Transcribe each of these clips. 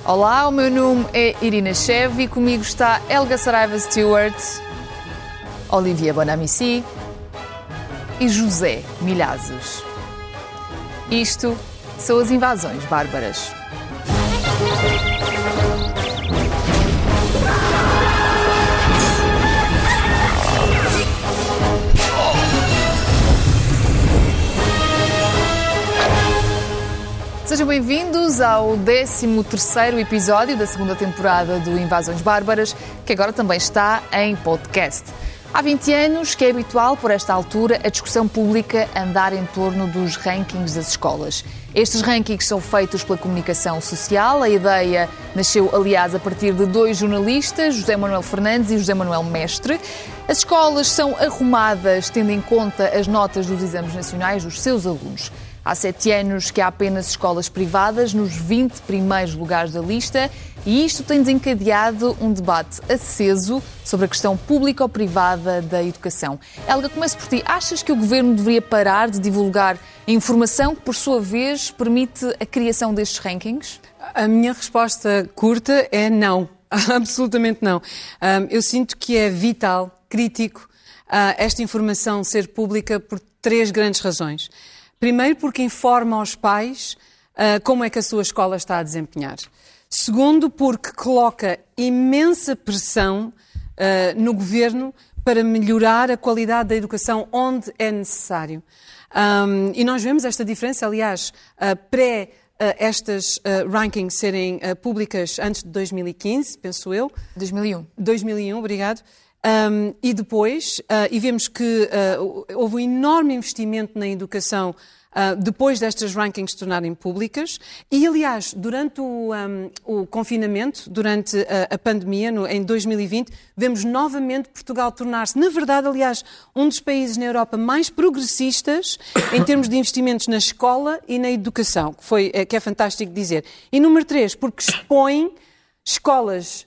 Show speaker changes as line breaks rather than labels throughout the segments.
Olá, o meu nome é Irina Shev e comigo está Helga Saraiva Stewart, Olivia Bonamici e José Milhazes. Isto são as invasões bárbaras. Sejam bem-vindos ao 13º episódio da segunda temporada do Invasões Bárbaras, que agora também está em podcast. Há 20 anos que é habitual, por esta altura, a discussão pública andar em torno dos rankings das escolas. Estes rankings são feitos pela comunicação social. A ideia nasceu, aliás, a partir de dois jornalistas, José Manuel Fernandes e José Manuel Mestre. As escolas são arrumadas tendo em conta as notas dos exames nacionais dos seus alunos. Há 7 anos que há apenas escolas privadas nos 20 primeiros lugares da lista e isto tem desencadeado um debate aceso sobre a questão pública ou privada da educação. Helga, começo por ti. Achas que o Governo deveria parar de divulgar a informação que, por sua vez, permite a criação destes rankings?
A minha resposta curta é não. Absolutamente não. Eu sinto que é vital, crítico, esta informação ser pública por 3 grandes razões. Primeiro, porque informa aos pais como é que a sua escola está a desempenhar. Segundo, porque coloca imensa pressão no Governo para melhorar a qualidade da educação onde é necessário. E nós vemos esta diferença, aliás, estas rankings serem públicas antes de 2015, penso eu.
2001.
2001, obrigado. E depois, e vemos que houve um enorme investimento na educação depois destas rankings se tornarem públicas e, aliás, durante o confinamento, durante a pandemia, em 2020, vemos novamente Portugal tornar-se, na verdade, aliás, um dos países na Europa mais progressistas em termos de investimentos na escola e na educação, que é fantástico dizer. E número 3, porque expõe escolas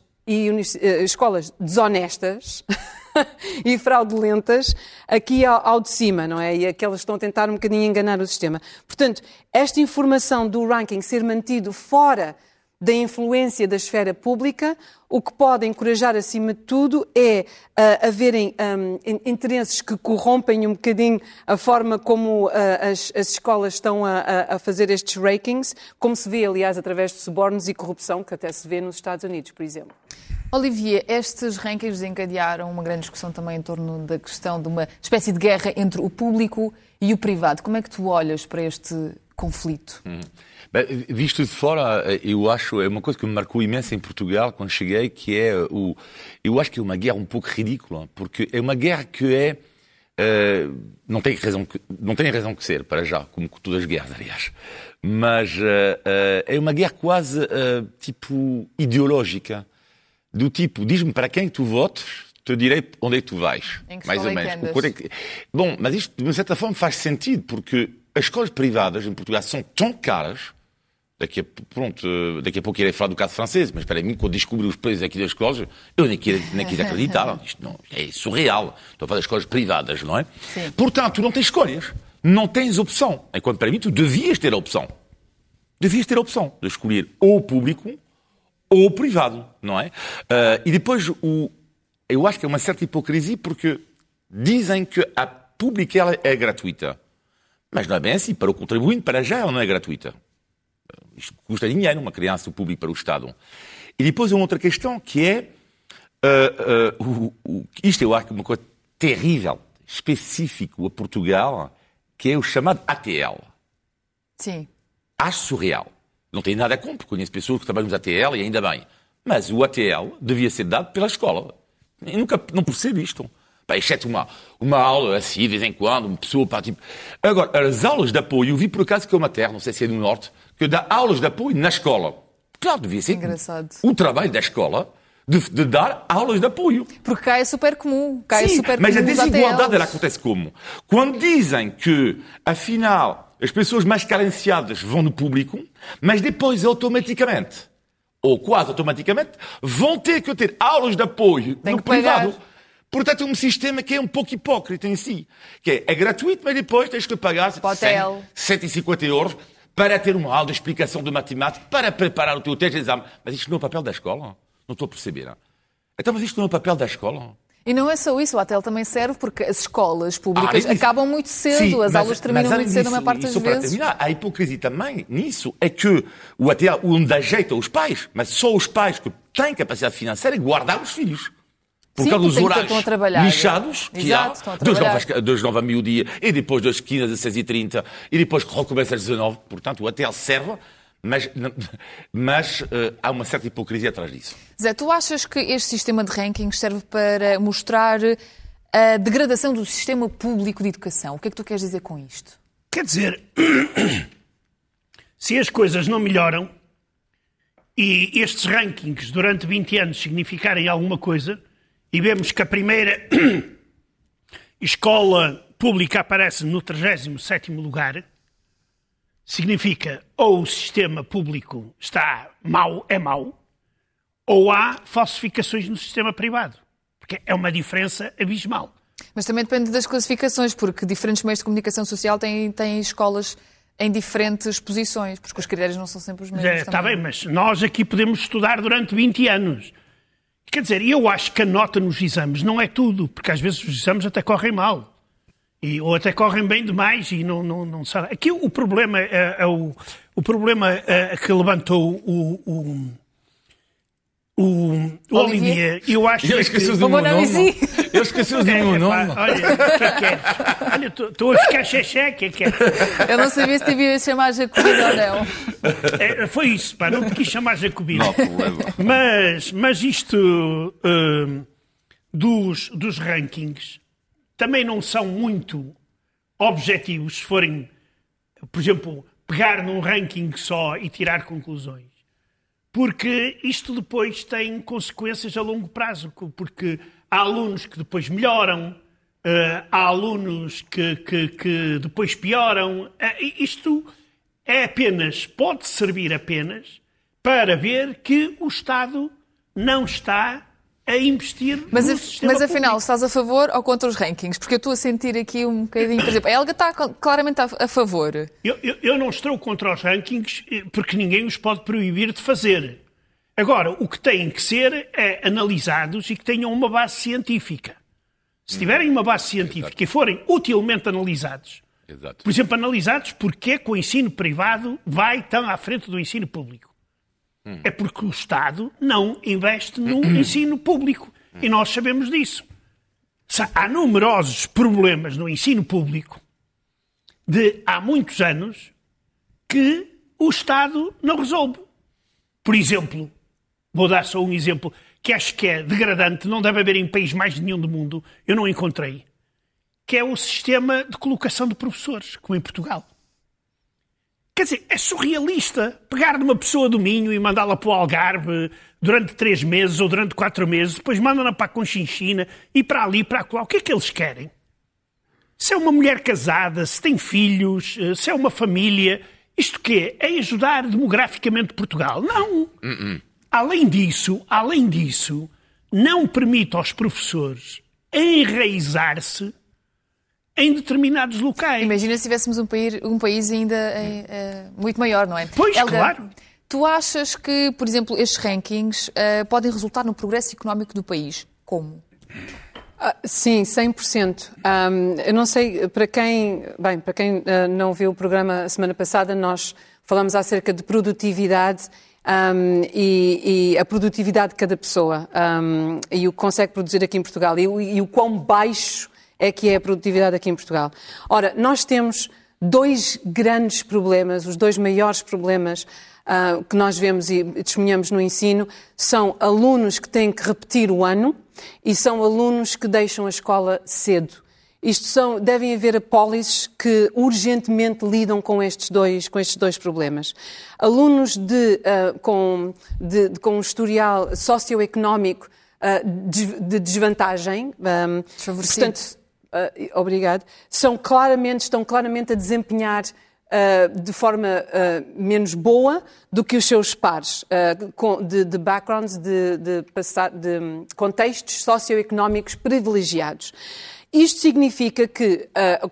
desonestas e fraudulentas aqui ao de cima, não é? E aquelas que estão a tentar um bocadinho enganar o sistema. Portanto, esta informação do ranking ser mantido fora da influência da esfera pública, o que pode encorajar, acima de tudo, é haverem interesses que corrompem um bocadinho a forma como as escolas estão a fazer estes rankings, como se vê, aliás, através de subornos e corrupção, que até se vê nos Estados Unidos, por exemplo.
Olivia, estes rankings desencadearam uma grande discussão também em torno da questão de uma espécie de guerra entre o público e o privado. Como é que tu olhas para este conflito?
Bem, visto de fora, eu acho, é uma coisa que me marcou imenso em Portugal quando cheguei, que é eu acho que é uma guerra um pouco ridícula, porque é uma guerra que não tem razão que ser, para já, como todas as guerras, aliás. Mas é uma guerra quase tipo ideológica. Do tipo, diz-me para quem tu votes, te direi onde é que tu vais. Mais ou menos. Bom, mas isto, de uma certa forma, faz sentido, porque as escolas privadas em Portugal são tão caras. Daqui a pouco irei falar do caso francês, mas para mim, quando descobri os preços aqui das escolas, eu nem quis acreditar. Isto não, é surreal. Estou a falar das escolas privadas, não é? Sim. Portanto, tu não tens escolhas. Não tens opção. Enquanto para mim, tu devias ter a opção. Devias ter a opção de escolher ou o público ou o privado, não é? E depois, eu acho que é uma certa hipocrisia, porque dizem que a pública ela é gratuita. Mas não é bem assim. Para o contribuinte, para já, ela não é gratuita. Isto custa dinheiro, uma criança, o público para o Estado. E depois há uma outra questão, que é... isto eu acho que é uma coisa terrível, específico a Portugal, que é o chamado ATL.
Sim. Acho
surreal. Não tenho nada contra, conheço pessoas que trabalham nos ATL e ainda bem. Mas o ATL devia ser dado pela escola. Eu não percebo isto. Exceto uma aula assim, de vez em quando, uma pessoa para tipo... Agora, as aulas de apoio, eu vi por acaso que é uma terra, não sei se é do Norte, que dá aulas de apoio na escola. Claro, devia ser o trabalho da escola de dar aulas de apoio.
Porque cá é super comum.
Sim, mas a desigualdade ela acontece como? Quando dizem que, afinal... As pessoas mais carenciadas vão no público, mas depois automaticamente, ou quase automaticamente, vão ter que ter aulas de apoio no privado. Portanto, é um sistema que é um pouco hipócrita em si. Que é gratuito, mas depois tens que pagar 150 euros para ter uma aula de explicação de matemática, para preparar o teu texto de exame. Mas isto não é o papel da escola? Não estou a perceber. Hein? Então, mas isto não é o papel da escola?
E não é só isso, o ATL também serve porque as escolas públicas acabam muito cedo,
sim,
as aulas terminam muito cedo, na maior parte das vezes.
Terminar, a hipocrisia também nisso é que o ATL onde ajeita os pais, mas só os pais que têm capacidade financeira guardar os filhos. Por causa dos horários lixados que há, das 9 a meio-dia, e depois das 15 às 16h30, e depois que recomeça às 19h. Portanto, o ATL serve, mas há uma certa hipocrisia atrás disso.
Zé, tu achas que este sistema de rankings serve para mostrar a degradação do sistema público de educação? O que é que tu queres dizer com isto?
Quer dizer, se as coisas não melhoram e estes rankings durante 20 anos significarem alguma coisa, e vemos que a primeira escola pública aparece no 37º lugar, significa ou o sistema público está mau, é mau, ou há falsificações no sistema privado. Porque é uma diferença abismal.
Mas também depende das classificações, porque diferentes meios de comunicação social têm escolas em diferentes posições, porque os critérios não são sempre os mesmos.
Está bem, mas nós aqui podemos estudar durante 20 anos. Quer dizer, eu acho que a nota nos exames não é tudo, porque às vezes os exames até correm mal. Ou até correm bem demais e não sabe. Aqui o problema o problema que levantou o Olivier, eu acho que...
Eu esqueci do meu nome. Eu esqueci do meu nome.
Olha, o que é que queres? Olha, estou a ficar xexé, o que é que queres?
Eu não sabia se devia chamar Jacobino ou não.
Foi isso, pá, não te quis chamar Jacobino.
Não há problema.
Mas isto dos rankings também não são muito objetivos, se forem, por exemplo, pegar num ranking só e tirar conclusões. Porque isto depois tem consequências a longo prazo, porque há alunos que depois melhoram, há alunos que depois pioram. Isto pode servir apenas para ver que o Estado não está a investir no sistema
Mas afinal,
público.
estás a favor ou contra os rankings? Porque eu estou a sentir aqui um bocadinho... Por exemplo, a Helga está claramente a favor.
Eu não estou contra os rankings porque ninguém os pode proibir de fazer. Agora, o que têm que ser é analisados e que tenham uma base científica. Se tiverem uma base científica e forem utilmente analisados, por exemplo, analisados porque é que o ensino privado vai tão à frente do ensino público. É porque o Estado não investe no ensino público. E nós sabemos disso. Há numerosos problemas no ensino público de há muitos anos que o Estado não resolve. Por exemplo, vou dar só um exemplo que acho que é degradante, não deve haver em país mais nenhum do mundo, eu não encontrei, que é o sistema de colocação de professores, como em Portugal. Quer dizer, é surrealista pegar numa pessoa do Minho e mandá-la para o Algarve durante 3 meses ou durante 4 meses, depois mandam-na para a Conchinchina e para ali, para lá. O que é que eles querem? Se é uma mulher casada, se tem filhos, se é uma família, isto quê? É ajudar demograficamente Portugal? Não. Além disso, não permite aos professores enraizar-se em determinados locais.
Imagina se tivéssemos um país ainda muito maior, não é?
Pois,
Helga,
claro.
Tu achas que, por exemplo, estes rankings podem resultar no progresso económico do país? Como?
Sim, 100%. Eu não sei, para quem não viu o programa a semana passada, nós falamos acerca de produtividade e a produtividade de cada pessoa e o que consegue produzir aqui em Portugal e o quão baixo é que é a produtividade aqui em Portugal. Ora, nós temos 2 grandes problemas, os 2 maiores problemas que nós vemos e testemunhamos no ensino são alunos que têm que repetir o ano e são alunos que deixam a escola cedo. Devem haver apólices que urgentemente lidam com estes dois problemas. Alunos com um historial socioeconómico de desvantagem, portanto, obrigado, estão claramente a desempenhar de forma menos boa do que os seus pares, de backgrounds, de contextos socioeconómicos privilegiados. Isto significa que,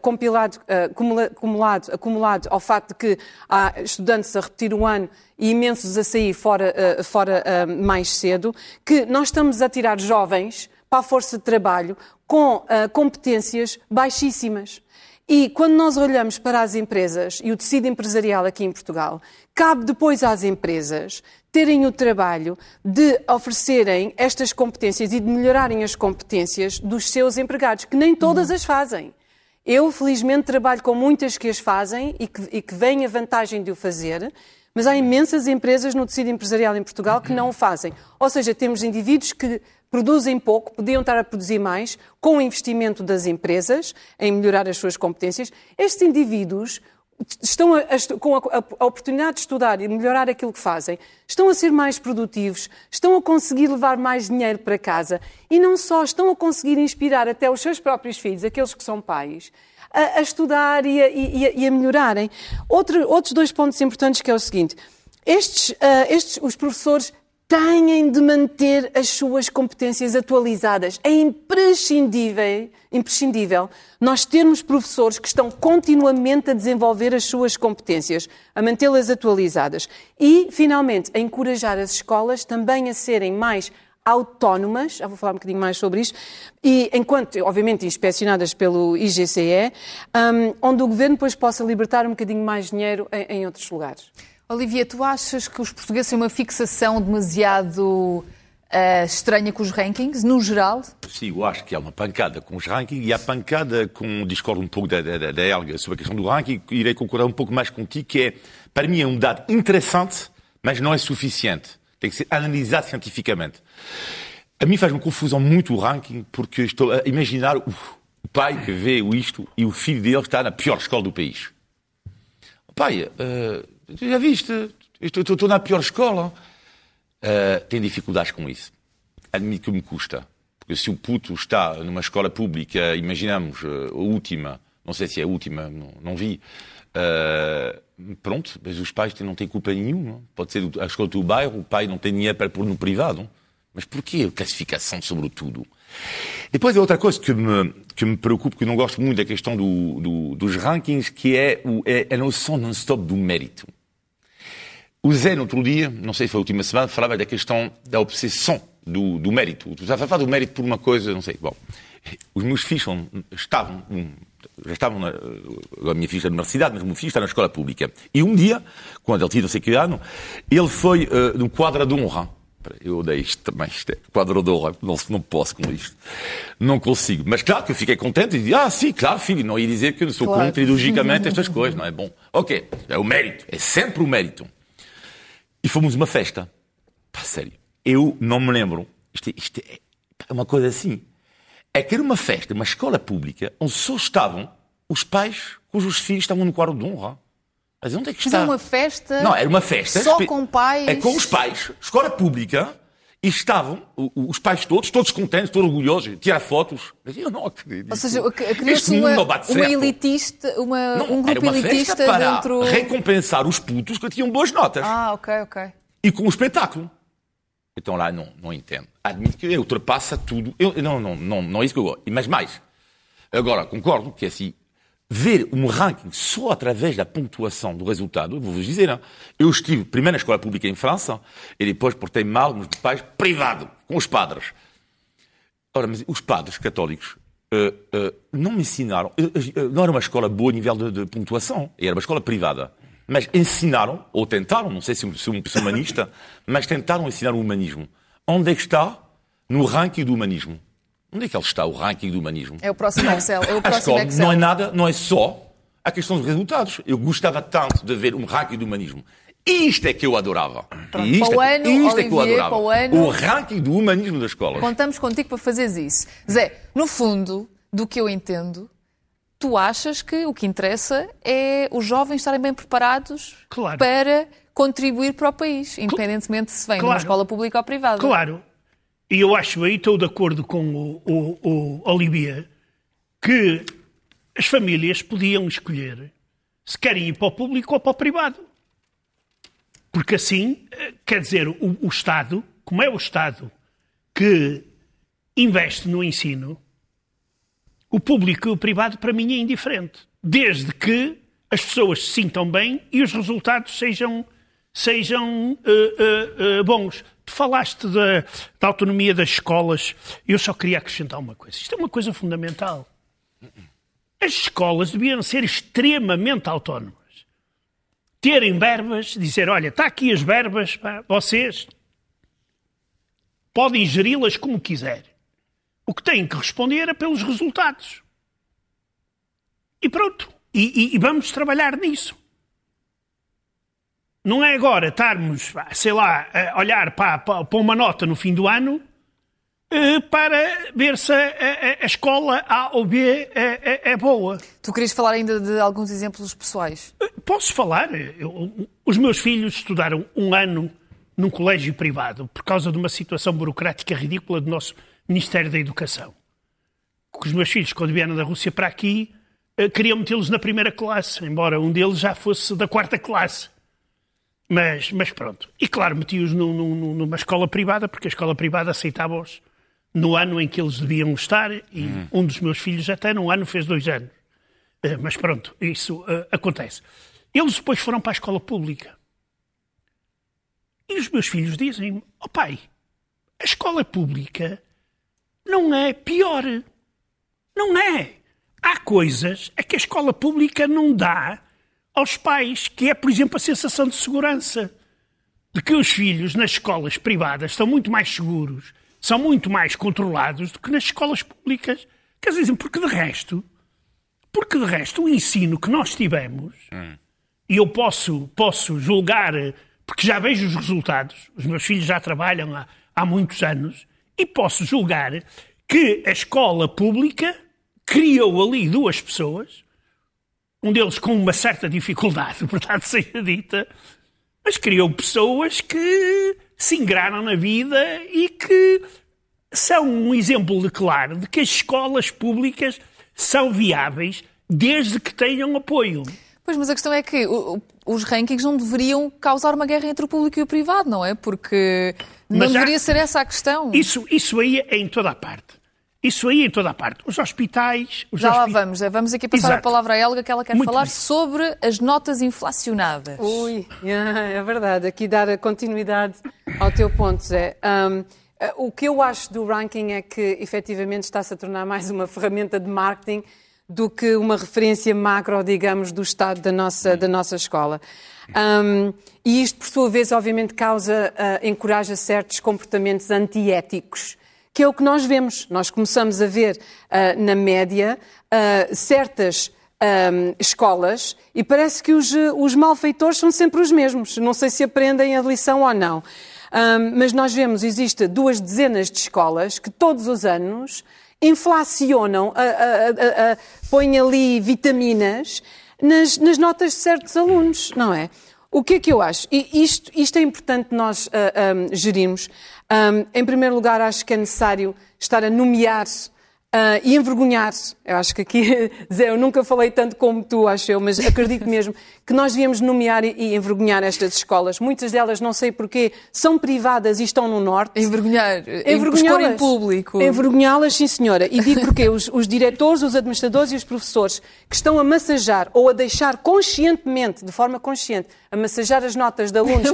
acumulado ao facto de que há estudantes a repetir o ano e imensos a sair fora mais cedo, que nós estamos a tirar jovens para a força de trabalho com competências baixíssimas. E quando nós olhamos para as empresas e o tecido empresarial aqui em Portugal, cabe depois às empresas terem o trabalho de oferecerem estas competências e de melhorarem as competências dos seus empregados, que nem todas as fazem. Eu, felizmente, trabalho com muitas que as fazem e que veem a vantagem de o fazer, mas há imensas empresas no tecido empresarial em Portugal que não o fazem. Ou seja, temos indivíduos que produzem pouco, podiam estar a produzir mais, com o investimento das empresas em melhorar as suas competências. Estes indivíduos estão com a oportunidade de estudar e melhorar aquilo que fazem, estão a ser mais produtivos, estão a conseguir levar mais dinheiro para casa e não só, estão a conseguir inspirar até os seus próprios filhos, aqueles que são pais, a estudar e a melhorarem. Outros 2 pontos importantes que é o seguinte, os professores têm de manter as suas competências atualizadas. É imprescindível nós termos professores que estão continuamente a desenvolver as suas competências, a mantê-las atualizadas. E, finalmente, a encorajar as escolas também a serem mais autónomas, já vou falar um bocadinho mais sobre isto, e enquanto, obviamente, inspecionadas pelo IGCE, onde o Governo depois possa libertar um bocadinho mais dinheiro em outros lugares.
Olivia, tu achas que os portugueses têm uma fixação demasiado estranha com os rankings, no geral?
Sim, eu acho que há uma pancada com os rankings e há pancada com... Discordo um pouco da Helga sobre a questão do ranking, irei concordar um pouco mais contigo, que é, para mim, é um dado interessante, mas não é suficiente. Tem que ser analisado cientificamente. A mim faz-me confusão muito o ranking, porque estou a imaginar o pai que vê isto e o filho dele está na pior escola do país. Pai, já viste? Estou na pior escola. Tenho dificuldades com isso. Admito que me custa. Porque se o puto está numa escola pública, imaginamos a última, não sei se é a última, não vi, pronto, mas os pais não têm culpa nenhuma. Pode ser a escola do bairro, o pai não tem dinheiro para pôr no privado. Mas porquê a classificação sobre tudo? Depois é outra coisa que me preocupa, que eu não gosto muito da questão dos rankings, que é a noção non-stop do mérito. O Zé, no outro dia, não sei se foi a última semana, falava da questão da obsessão do mérito. Tu estás a falar do mérito por uma coisa, não sei. Bom, os meus filhos já estavam a minha filha está na universidade, mas o meu filho está na escola pública. E um dia, quando ele tinha não sei que ano, ele foi no quadro de honra. Eu odeio isto também, isto é quadro de honra, não posso com isto. Não consigo. Mas claro que eu fiquei contente e disse, sim, claro, filho, não ia dizer que eu sou contra ideologicamente estas coisas, não é bom. Ok, é o mérito, é sempre o mérito. E fomos uma festa. Sério, eu não me lembro, isto é uma coisa assim, é que era uma festa, uma escola pública, onde só estavam os pais cujos filhos estavam no quadro de honra. Mas onde é que está?
Mas é uma festa?
Não, era uma festa.
Só com pais?
É com os pais, escola pública, e estavam os pais todos contentes, todos orgulhosos, tirar fotos. Mas eu não acredito.
Ou seja, criou-se uma elitista, um grupo elitista
dentro... Era uma festa
para
recompensar os putos que tinham boas notas.
Ok.
E com o espetáculo. Então lá não entendo. Admito que ultrapassa tudo. Não é isso que eu gosto. Mas mais. Agora, concordo que assim, ver um ranking só através da pontuação do resultado, vou-vos dizer, hein? Eu estive primeiro na escola pública em França e depois portei mal nos pais privado, com os padres. Ora, mas os padres católicos não me ensinaram, não era uma escola boa a nível de pontuação, era uma escola privada, mas ensinaram, ou tentaram, não sei se sou uma pessoa humanista, mas tentaram ensinar o humanismo. Onde é que está no ranking do humanismo? Onde é que ele está, o ranking do humanismo?
É o próximo Excel.
A escola não é nada, não é só a questão dos resultados. Eu gostava tanto de ver um ranking do humanismo. Isto é que eu adorava. Isto é que eu adorava. O ranking do humanismo das escolas.
Contamos contigo para fazeres isso. Zé, no fundo, do que eu entendo, tu achas que o que interessa é os jovens estarem bem preparados para contribuir para o país, independentemente se vem de uma escola pública ou privada.
Claro. E eu acho aí, estou de acordo com o Olivia, que as famílias podiam escolher se querem ir para o público ou para o privado. Porque assim, quer dizer, o Estado, como é o Estado que investe no ensino, O público e o privado, para mim, é indiferente. Desde que as pessoas se sintam bem e os resultados sejam bons. Tu falaste da autonomia das escolas. Eu só queria acrescentar uma coisa. Isto é uma coisa fundamental. As escolas deviam ser extremamente autónomas. Terem verbas, dizer, olha, está aqui as verbas, pá, vocês podem geri-las como quiserem. O que têm que responder é pelos resultados. E pronto. E vamos trabalhar nisso. Não é agora estarmos, sei lá, a olhar para uma nota no fim do ano para ver se a escola A ou B é boa.
Tu querias falar ainda de alguns exemplos pessoais?
Posso falar? Os meus filhos estudaram um ano num colégio privado por causa de uma situação burocrática ridícula do nosso Ministério da Educação. Os meus filhos, quando vieram da Rússia para aqui, queriam metê-los na primeira classe, embora um deles já fosse da 4ª classe. Mas pronto. E claro, meti-os numa escola privada, porque a escola privada aceitava-os no ano em que eles deviam estar, e um dos meus filhos até num ano fez 2 anos. Mas pronto, isso acontece. Eles depois foram para a escola pública. E os meus filhos dizem, pai, a escola pública não é pior. Não é. Há coisas a que a escola pública não dá aos pais, que é, por exemplo, a sensação de segurança. De que os filhos nas escolas privadas são muito mais seguros, são muito mais controlados do que nas escolas públicas. Quer dizer, porque de resto o ensino que nós tivemos, e eu posso julgar, porque já vejo os resultados, os meus filhos já trabalham há muitos anos, e posso julgar que a escola pública criou ali 2 pessoas, um deles com uma certa dificuldade, verdade seja dita, mas criou pessoas que se ingraram na vida e que são um exemplo claro de que as escolas públicas são viáveis desde que tenham apoio.
Pois, mas a questão é que os rankings não deveriam causar uma guerra entre o público e o privado, não é? Porque não deveria ser essa a questão.
Isso aí é em toda a parte. Isso aí em toda a parte. Os hospitais...
Lá vamos. Vamos aqui passar
Exato.
A palavra à Helga, que ela quer
Muito
falar
bem.
sobre as notas inflacionadas.
Ui, é verdade. Aqui dar a continuidade ao teu ponto, Zé. O que eu acho do ranking é que, efetivamente, está-se a tornar mais uma ferramenta de marketing do que uma referência macro, digamos, do estado da nossa escola. E isto, por sua vez, obviamente, encoraja certos comportamentos antiéticos, que é o que nós vemos. Nós começamos a ver, na média, certas escolas e parece que os malfeitores são sempre os mesmos. Não sei se aprendem a lição ou não. Mas nós vemos, existe 2 dezenas de escolas que todos os anos inflacionam, põem ali vitaminas nas notas de certos alunos, não é? O que é que eu acho? E isto é importante nós gerirmos. Em primeiro lugar, acho que é necessário estar a nomear e envergonhar. Eu acho que aqui, Zé, eu nunca falei tanto como tu, acho eu, mas acredito mesmo que nós devíamos nomear e envergonhar estas escolas. Muitas delas, não sei porquê, são privadas e estão no Norte.
Expor em público.
Envergonhá-las, sim senhora. E digo porque os diretores, os administradores e os professores que estão a massajar ou a deixar conscientemente, de forma consciente, a massajar as notas de alunos.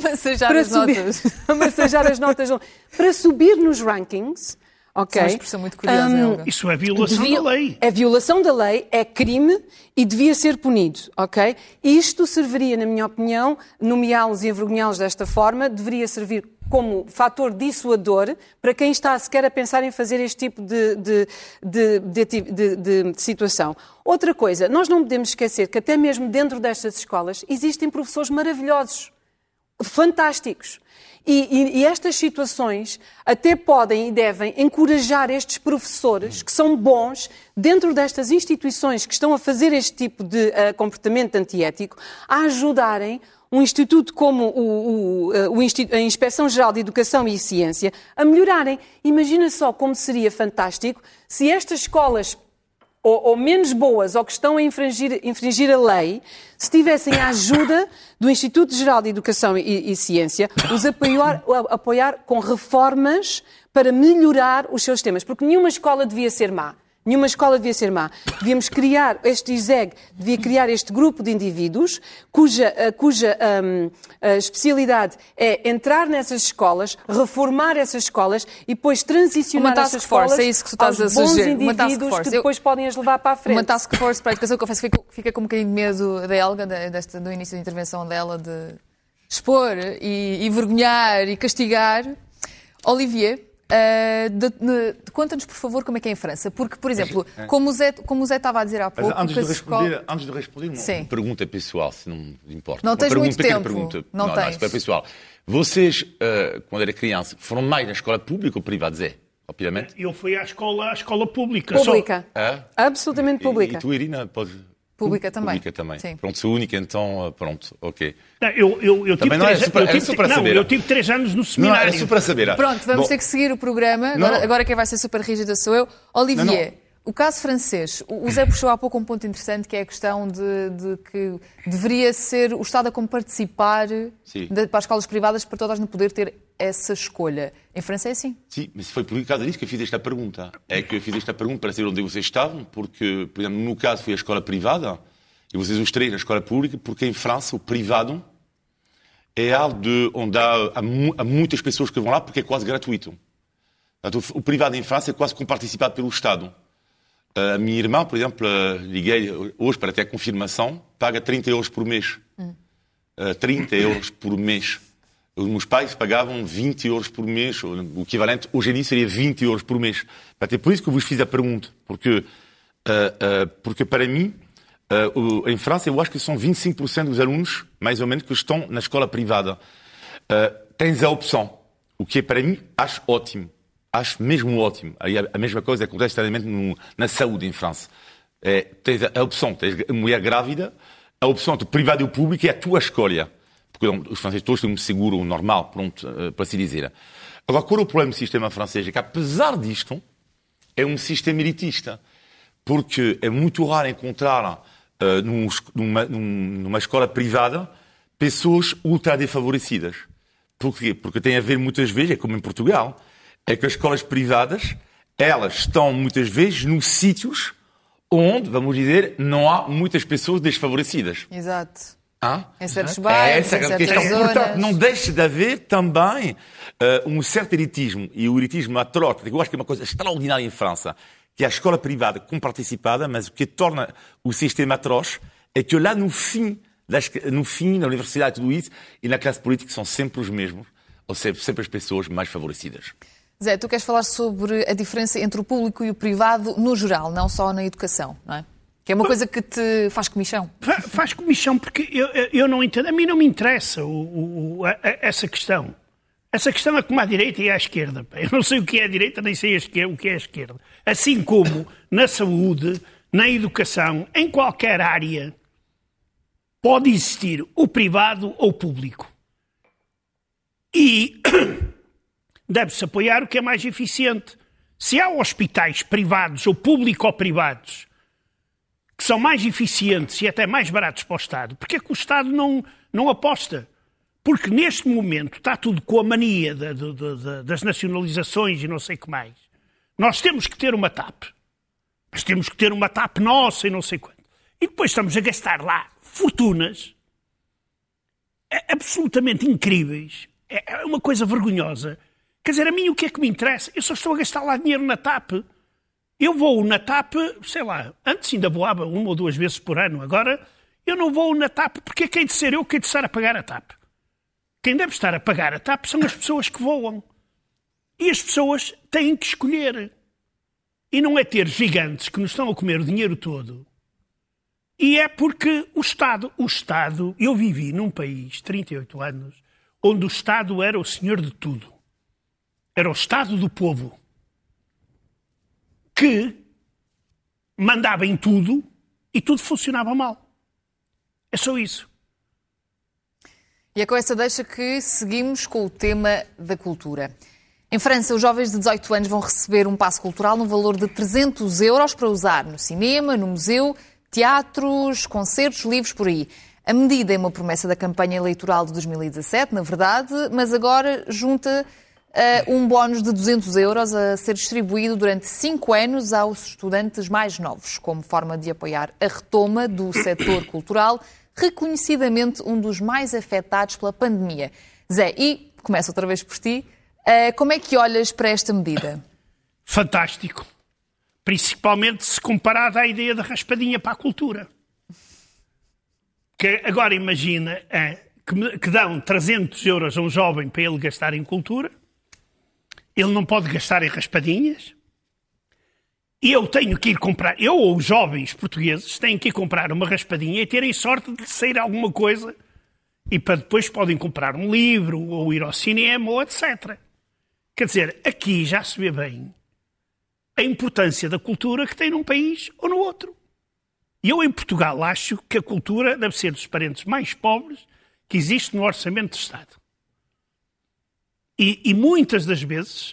A massajar as notas de alunos. Para subir nos rankings. Okay.
É uma expressão muito curiosa, Helga.
Isso é violação da lei.
É violação da lei, é crime e devia ser punido, ok? Isto serviria, na minha opinião, nomeá-los e envergonhá-los desta forma, deveria servir como fator dissuador para quem está sequer a pensar em fazer este tipo de situação. Outra coisa, nós não podemos esquecer que até mesmo dentro destas escolas existem professores maravilhosos, fantásticos. E estas situações até podem e devem encorajar estes professores que são bons dentro destas instituições que estão a fazer este tipo de comportamento antiético a ajudarem um instituto como a Inspeção-Geral de Educação e Ciência a melhorarem. Imagina só como seria fantástico se estas escolas ou menos boas, ou que estão a infringir a lei, se tivessem a ajuda do Instituto Geral de Educação e Ciência, os apoiar com reformas para melhorar os seus sistemas. Porque nenhuma escola devia ser má. Nenhuma escola devia ser má. Devíamos criar este ISEG, devia criar este grupo de indivíduos cuja especialidade é entrar nessas escolas, reformar essas escolas e depois transicionar essas escolas
é isso que tu estás
aos
a
bons
sugerir.
indivíduos que depois podem as levar para a frente.
Uma task force para a educação, que eu confesso que fica com um bocadinho de medo da Helga, do início da intervenção dela, de expor e vergonhar e castigar. Olivier, conta-nos, por favor, como é que é em França. Porque, por exemplo, como o Zé estava a dizer há pouco...
Antes de responder, uma pergunta pessoal, se não importa.
Não tens muito tempo.
Pergunta.
Não tens.
É super pessoal. Vocês, quando era criança, foram mais na escola pública ou privada, Zé? Obviamente.
Eu fui à escola pública.
Pública. Absolutamente pública.
E tu, Irina, podes...
Pública também.
Pública também.
Sim.
Pronto, sou única, então, pronto, ok.
Não, eu tive 3 anos no seminário.
Não, é super a saber.
Pronto, vamos ter que seguir o programa. Agora quem vai ser super rígida sou eu. Olivier, o caso francês. O Zé puxou há pouco um ponto interessante, que é a questão de que deveria ser o Estado a como participar para as escolas privadas, para todas não poder ter essa escolha. Em França é assim?
Sim, mas foi por causa disso que eu fiz esta pergunta. É que eu fiz esta pergunta para saber onde vocês estavam, porque, por exemplo, no meu caso foi a escola privada, e vocês os 3 na escola pública, porque em França o privado é algo onde há muitas pessoas que vão lá porque é quase gratuito. O privado em França é quase comparticipado pelo Estado. A minha irmã, por exemplo, liguei hoje para ter a confirmação, paga 30 euros por mês. 30 euros por mês. Os meus pais pagavam 20 euros por mês, o equivalente hoje em dia seria 20 euros por mês. É por isso que eu vos fiz a pergunta, porque para mim, em França, eu acho que são 25% dos alunos, mais ou menos, que estão na escola privada. Tens a opção, o que para mim acho ótimo. Acho mesmo ótimo. A mesma coisa acontece também na saúde em França. Tens a opção, tens a mulher grávida, a opção entre o privado e o público é a tua escolha. Porque os franceses todos têm um seguro normal, pronto, para se dizer. Agora, qual é o problema do sistema francês? É que, apesar disto, é um sistema elitista. Porque é muito raro encontrar numa escola privada pessoas ultra desfavorecidas. Porquê? Porque tem a ver muitas vezes, é como em Portugal, é que as escolas privadas, elas estão muitas vezes nos sítios onde, vamos dizer, não há muitas pessoas desfavorecidas.
Exato.
Em
certos bairros, em certas zonas.
Portanto, não deixa de haver também um certo elitismo, e o elitismo atroz, porque eu acho que é uma coisa extraordinária em França, que é a escola privada com participada, mas o que torna o sistema atroz é que lá no fim, na universidade e tudo isso, e na classe política são sempre os mesmos, ou seja, sempre as pessoas mais favorecidas.
Zé, tu queres falar sobre a diferença entre o público e o privado no geral, não só na educação, não é? Que é uma coisa que te faz comichão.
Faz comichão porque eu não entendo. A mim não me interessa essa questão. Essa questão é como à direita e à esquerda. Eu não sei o que é a direita, nem sei o que é a esquerda. Assim como na saúde, na educação, em qualquer área, pode existir o privado ou o público. E deve-se apoiar o que é mais eficiente. Se há hospitais privados ou público-privados que são mais eficientes e até mais baratos para o Estado, porque é que o Estado não aposta? Porque neste momento está tudo com a mania das nacionalizações e não sei o que mais. Nós temos que ter uma TAP. Mas temos que ter uma TAP nossa e não sei quanto. E depois estamos a gastar lá fortunas absolutamente incríveis. É uma coisa vergonhosa. Quer dizer, a mim o que é que me interessa? Eu só estou a gastar lá dinheiro na TAP. Eu vou na TAP, sei lá, antes ainda voava 1 ou 2 vezes por ano. Agora eu não vou na TAP porque é que hei de ser eu que hei de estar a pagar a TAP. Quem deve estar a pagar a TAP são as pessoas que voam. E as pessoas têm que escolher. E não é ter gigantes que nos estão a comer o dinheiro todo. E é porque o Estado, eu vivi num país, 38 anos, onde o Estado era o senhor de tudo. Era o Estado do povo. Que mandava em tudo e tudo funcionava mal. É só isso.
E é com essa deixa que seguimos com o tema da cultura. Em França, os jovens de 18 anos vão receber um passe cultural no valor de 300 euros para usar no cinema, no museu, teatros, concertos, livros, por aí. A medida é uma promessa da campanha eleitoral de 2017, na verdade, mas agora junta um bónus de 200 euros a ser distribuído durante 5 anos aos estudantes mais novos, como forma de apoiar a retoma do setor cultural, reconhecidamente um dos mais afetados pela pandemia. Zé, e começo outra vez por ti, como é que olhas para esta medida?
Fantástico. Principalmente se comparado à ideia da raspadinha para a cultura. Que agora imagina que dão 300 euros a um jovem para ele gastar em cultura, ele não pode gastar em raspadinhas, e eu tenho que ir comprar, eu ou os jovens portugueses têm que ir comprar uma raspadinha e terem sorte de sair alguma coisa, e para depois podem comprar um livro, ou ir ao cinema, ou etc. Quer dizer, aqui já se vê bem a importância da cultura que tem num país ou no outro. E eu, em Portugal, acho que a cultura deve ser dos parentes mais pobres que existe no orçamento de Estado. E muitas das vezes,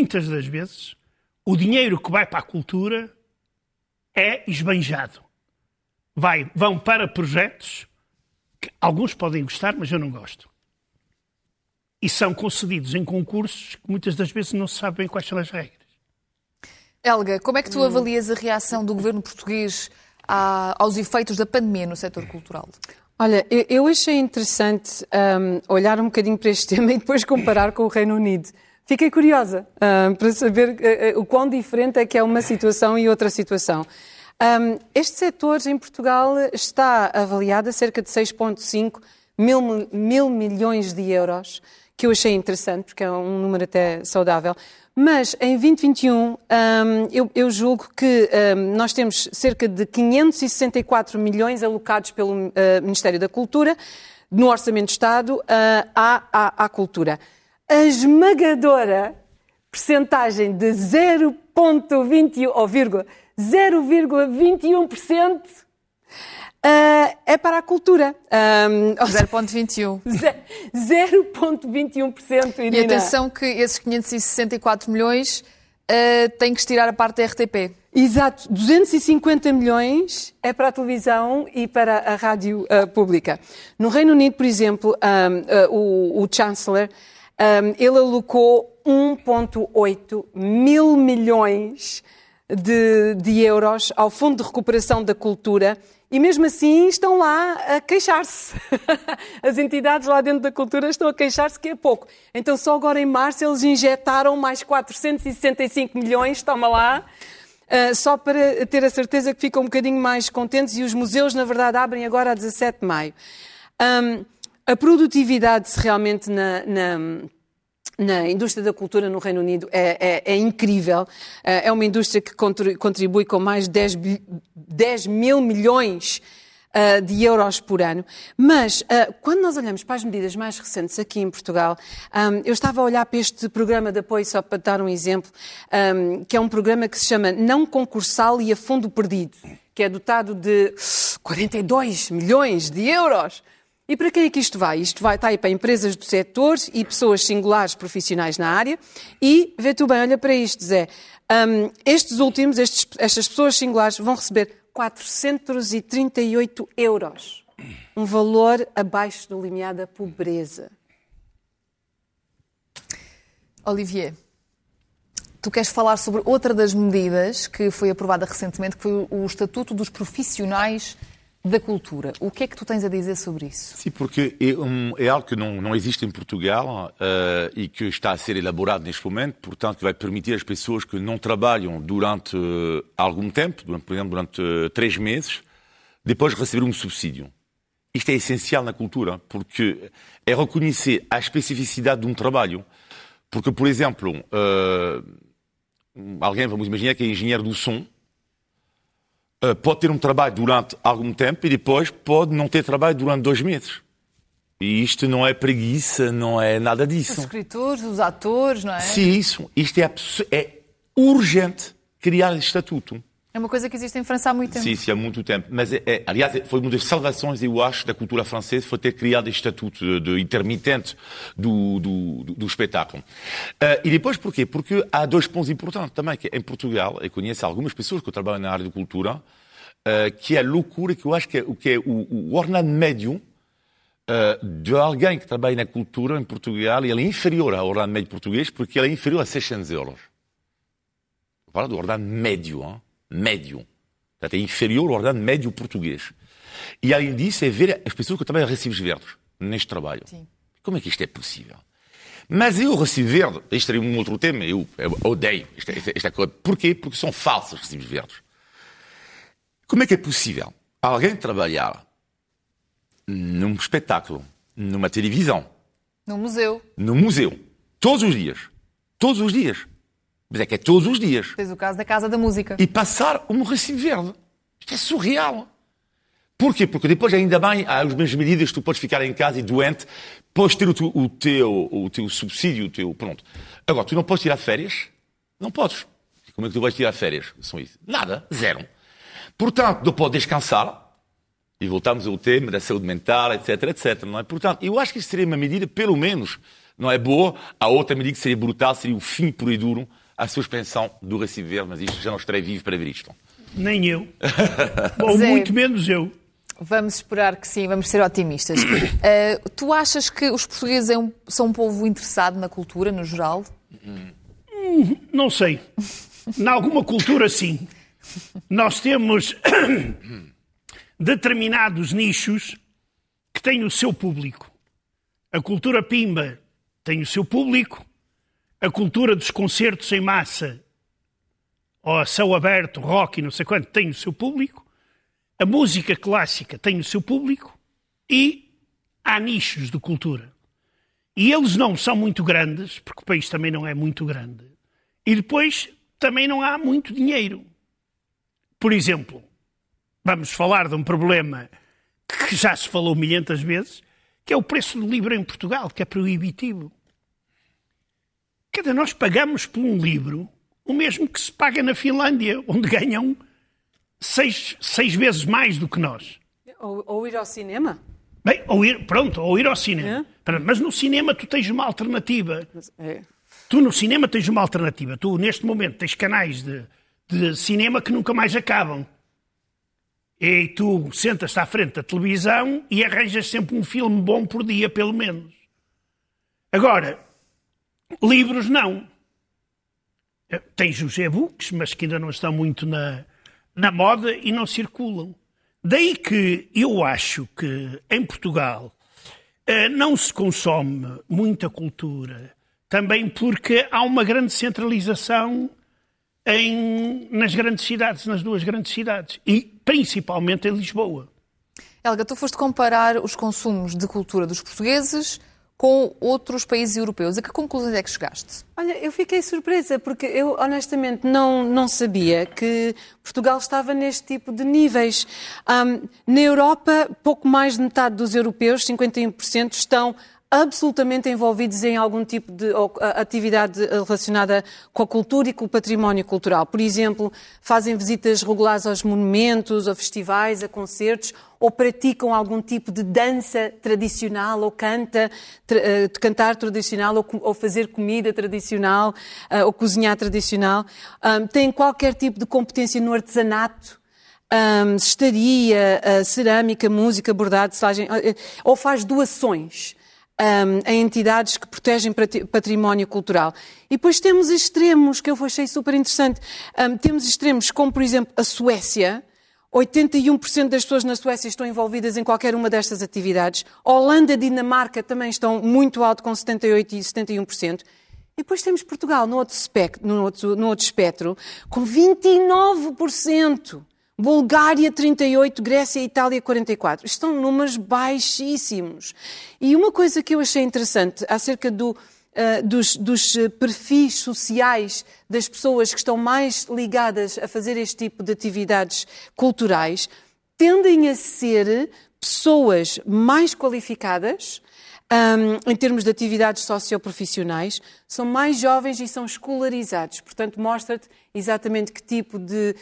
o dinheiro que vai para a cultura é esbanjado. Vão para projetos que alguns podem gostar, mas eu não gosto. E são concedidos em concursos que muitas das vezes não se sabe bem quais são as regras.
Helga, como é que tu avalias a reação do governo português aos efeitos da pandemia no setor cultural?
Olha, eu achei interessante olhar um bocadinho para este tema e depois comparar com o Reino Unido. Fiquei curiosa para saber o quão diferente é que é uma situação e outra situação. Este setor em Portugal está avaliado a cerca de 6,5 mil milhões de euros, que eu achei interessante, porque é um número até saudável. Mas em 2021, eu julgo que nós temos cerca de 564 milhões alocados pelo Ministério da Cultura, no Orçamento de Estado, à cultura. A esmagadora percentagem de 0,21% é para a cultura.
0,21%.
0,21%, Irina.
E atenção que esses 564 milhões têm que estirar a parte da RTP.
Exato. 250 milhões é para a televisão e para a rádio pública. No Reino Unido, por exemplo, o Chancellor, ele alocou 1,8 mil milhões de euros ao Fundo de Recuperação da Cultura. E mesmo assim estão lá a queixar-se. As entidades lá dentro da cultura estão a queixar-se que é pouco. Então só agora em março eles injetaram mais 465 milhões, toma lá, só para ter a certeza que ficam um bocadinho mais contentes, e os museus, na verdade, abrem agora a 17 de maio. A produtividade realmente na indústria da cultura no Reino Unido é incrível. É uma indústria que contribui com mais de 10 mil milhões de euros por ano. Mas, quando nós olhamos para as medidas mais recentes aqui em Portugal, eu estava a olhar para este programa de apoio, só para dar um exemplo, que é um programa que se chama Não Concursal e a Fundo Perdido, que é dotado de 42 milhões de euros. E para quem é que isto vai? Isto vai estar aí para empresas do setor e pessoas singulares profissionais na área. E, vê tu bem, olha para isto, Zé. Estas pessoas singulares vão receber 438 euros. Um valor abaixo do limiar da pobreza.
Olivier, tu queres falar sobre outra das medidas que foi aprovada recentemente, que foi o Estatuto dos Profissionais da Cultura. O que é que tu tens a dizer sobre isso?
Sim, porque é algo que não existe em Portugal e que está a ser elaborado neste momento, portanto, que vai permitir às pessoas que não trabalham durante algum tempo, por exemplo, durante 3 meses, depois receber um subsídio. Isto é essencial na cultura, porque é reconhecer a especificidade de um trabalho. Porque, por exemplo, alguém, vamos imaginar que é engenheiro do som, pode ter um trabalho durante algum tempo e depois pode não ter trabalho durante 2 meses. E isto não é preguiça, não é nada disso.
Os escritores, os atores, não é?
Sim, isso. Isto é urgente criar este estatuto.
É uma coisa que existe em França há muito tempo.
Sim, há muito tempo. Mas, aliás, foi uma das salvações, eu acho, da cultura francesa, foi ter criado este estatuto de intermitente do espetáculo. E depois, porquê? Porque há 2 pontos importantes também, que em Portugal, eu conheço algumas pessoas que trabalham na área de cultura, que é a loucura, que eu acho que é o ordenado médio de alguém que trabalha na cultura em Portugal, ele é inferior ao ordenado médio português, porque ele é inferior a 600 euros. Fala do ordenado médio, hein? Médio. Portanto, é inferior ao ordenado médio português. E além disso, é ver as pessoas que trabalham a recibos verdes neste trabalho. Sim. Como é que isto é possível? Mas eu, recibo verde, isto é um outro tema, eu odeio esta coisa. Porquê? Porque são falsos recibos verdes. Como é que é possível alguém trabalhar num espetáculo, numa televisão,
no museu,
todos os dias, mas é que é todos os dias.
Fez o caso da Casa da Música.
E passar um recibo verde. Isto é surreal. Porquê? Porque depois ainda bem há as mesmas medidas que tu podes ficar em casa e doente, podes ter o teu subsídio, pronto. Agora, tu não podes tirar férias? Não podes. Como é que tu vais tirar férias? São isso? Nada. Zero. Portanto, não podes descansar. E voltamos ao tema da saúde mental, etc, etc. Não é? Portanto, eu acho que isso seria uma medida, pelo menos, não é boa. A outra medida que seria brutal seria o fim puro e duro à suspensão do recibo verde, mas isto já não estarei vivo para ver isto.
Nem eu. Ou
Zé,
muito menos eu.
Vamos esperar que sim, vamos ser otimistas. Tu achas que os portugueses são um povo interessado na cultura, no geral?
Não sei. Em alguma cultura, sim. Nós temos determinados nichos que têm o seu público. A cultura pimba tem o seu público, a cultura dos concertos em massa, ou a céu aberto, rock e não sei quanto, tem o seu público, a música clássica tem o seu público e há nichos de cultura. E eles não são muito grandes, porque o país também não é muito grande. E depois também não há muito dinheiro. Por exemplo, vamos falar de um problema que já se falou milhentas vezes, que é o preço do livro em Portugal, que é proibitivo. Nós pagamos por um livro o mesmo que se paga na Finlândia, onde ganham 6 vezes mais do que nós.
Ou ir ao cinema?
Bem, ou ir ao cinema. Mas no cinema tu tens uma alternativa. Tu no cinema tens uma alternativa. Tu, neste momento, tens canais de cinema que nunca mais acabam. E tu sentas-te à frente da televisão e arranjas sempre um filme bom por dia, pelo menos. Agora, livros não. Tens os e-books, mas que ainda não estão muito na moda e não circulam. Daí que eu acho que em Portugal não se consome muita cultura, também porque há uma grande centralização nas grandes cidades, nas duas grandes cidades, e principalmente em Lisboa.
Helga, tu foste comparar os consumos de cultura dos portugueses com outros países europeus. A que conclusões é que chegaste?
Olha, eu fiquei surpresa, porque eu honestamente não sabia que Portugal estava neste tipo de níveis. Na Europa, pouco mais de metade dos europeus, 51%, estão absolutamente envolvidos em algum tipo de atividade relacionada com a cultura e com o património cultural. Por exemplo, fazem visitas regulares aos monumentos, a festivais, a concertos, ou praticam algum tipo de dança tradicional, ou cantar tradicional, ou fazer comida tradicional, ou cozinhar tradicional. Têm qualquer tipo de competência no artesanato, cestaria, cerâmica, música, bordado, selagem, ou faz doações a entidades que protegem património cultural. E depois temos extremos, que eu achei super interessante. Temos extremos como, por exemplo, a Suécia. 81% das pessoas na Suécia estão envolvidas em qualquer uma destas atividades. A Holanda e a Dinamarca também estão muito alto, com 78% e 71%. E depois temos Portugal no outro espectro, com 29%. Bulgária, 38%, Grécia e Itália, 44%. Estão números baixíssimos. E uma coisa que eu achei interessante acerca dos perfis sociais das pessoas que estão mais ligadas a fazer este tipo de atividades culturais tendem a ser pessoas mais qualificadas, em termos de atividades socioprofissionais, são mais jovens e são escolarizados. Portanto, mostra-te exatamente que tipo de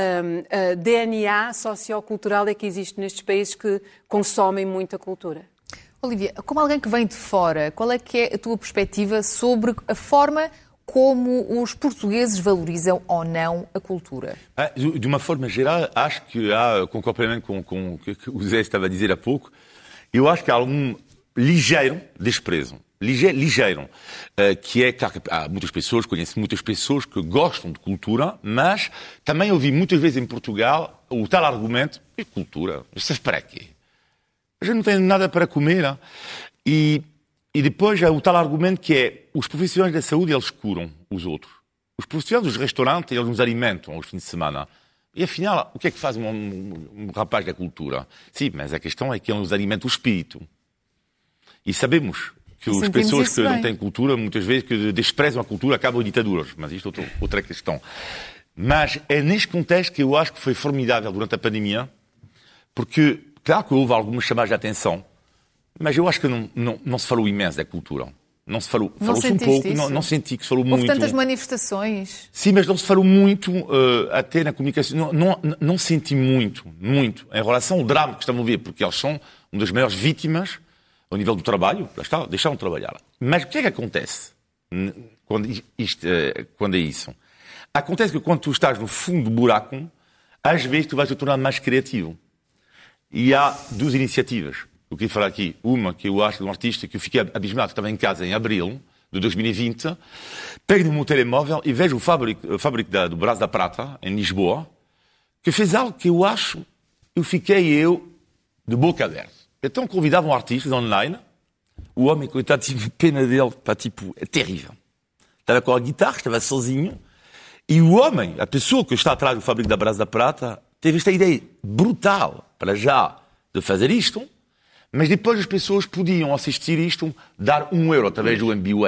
DNA sociocultural é que existe nestes países que consomem muita cultura.
Olivia, como alguém que vem de fora, qual é que é a tua perspectiva sobre a forma como os portugueses valorizam ou não a cultura?
De uma forma geral, acho que há, concordo plenamente com o que o Zé estava a dizer há pouco, Eu acho que há algum ligeiro desprezo. Ligeiro. Que é, claro, que há muitas pessoas, conheço muitas pessoas que gostam de cultura, mas também ouvi muitas vezes em Portugal o tal argumento: e cultura? Isso é para quê? A gente não tem nada para comer. Não? E depois há o tal argumento que é: os profissionais da saúde, eles curam os outros. Os profissionais dos restaurantes, eles nos alimentam aos fins de semana. E afinal, o que é que faz um rapaz da cultura? Sim, mas a questão é que ele nos alimenta o espírito. E sabemos que as pessoas que não têm cultura, muitas vezes, que desprezam a cultura, acabam em ditaduras. Mas isto é outra questão. Mas é neste contexto que eu acho que foi formidável durante a pandemia, porque, claro que houve algumas chamadas de atenção, mas eu acho que não se falou imenso da cultura. Não se falou. Falou-se um pouco, não senti que se falou muito.
Houve tantas manifestações.
Sim, mas não se falou muito, até na comunicação. Não senti muito, em relação ao drama que estavam a ver, porque eles são uma das maiores vítimas ao nível do trabalho. Lá está, deixaram de trabalhar. Mas o que é que acontece quando é isso? Acontece que quando tu estás no fundo do buraco, às vezes tu vais te tornar mais criativo. E há duas iniciativas. Eu queria falar aqui, uma que eu acho de um artista que eu fiquei abismado, que estava em casa em abril de 2020, pego no meu telemóvel e vejo o fábrico do Brás da Prata, em Lisboa, que fez algo que eu fiquei de boca aberta. Então convidavam artistas online, o homem, coitado, tive pena dele, é terrível. Estava com a guitarra, estava sozinho, e o homem, a pessoa que está atrás do fábrico da Brás da Prata, teve esta ideia brutal, para já, de fazer isto. Mas depois as pessoas podiam assistir isto, dar €1 através do MBWay.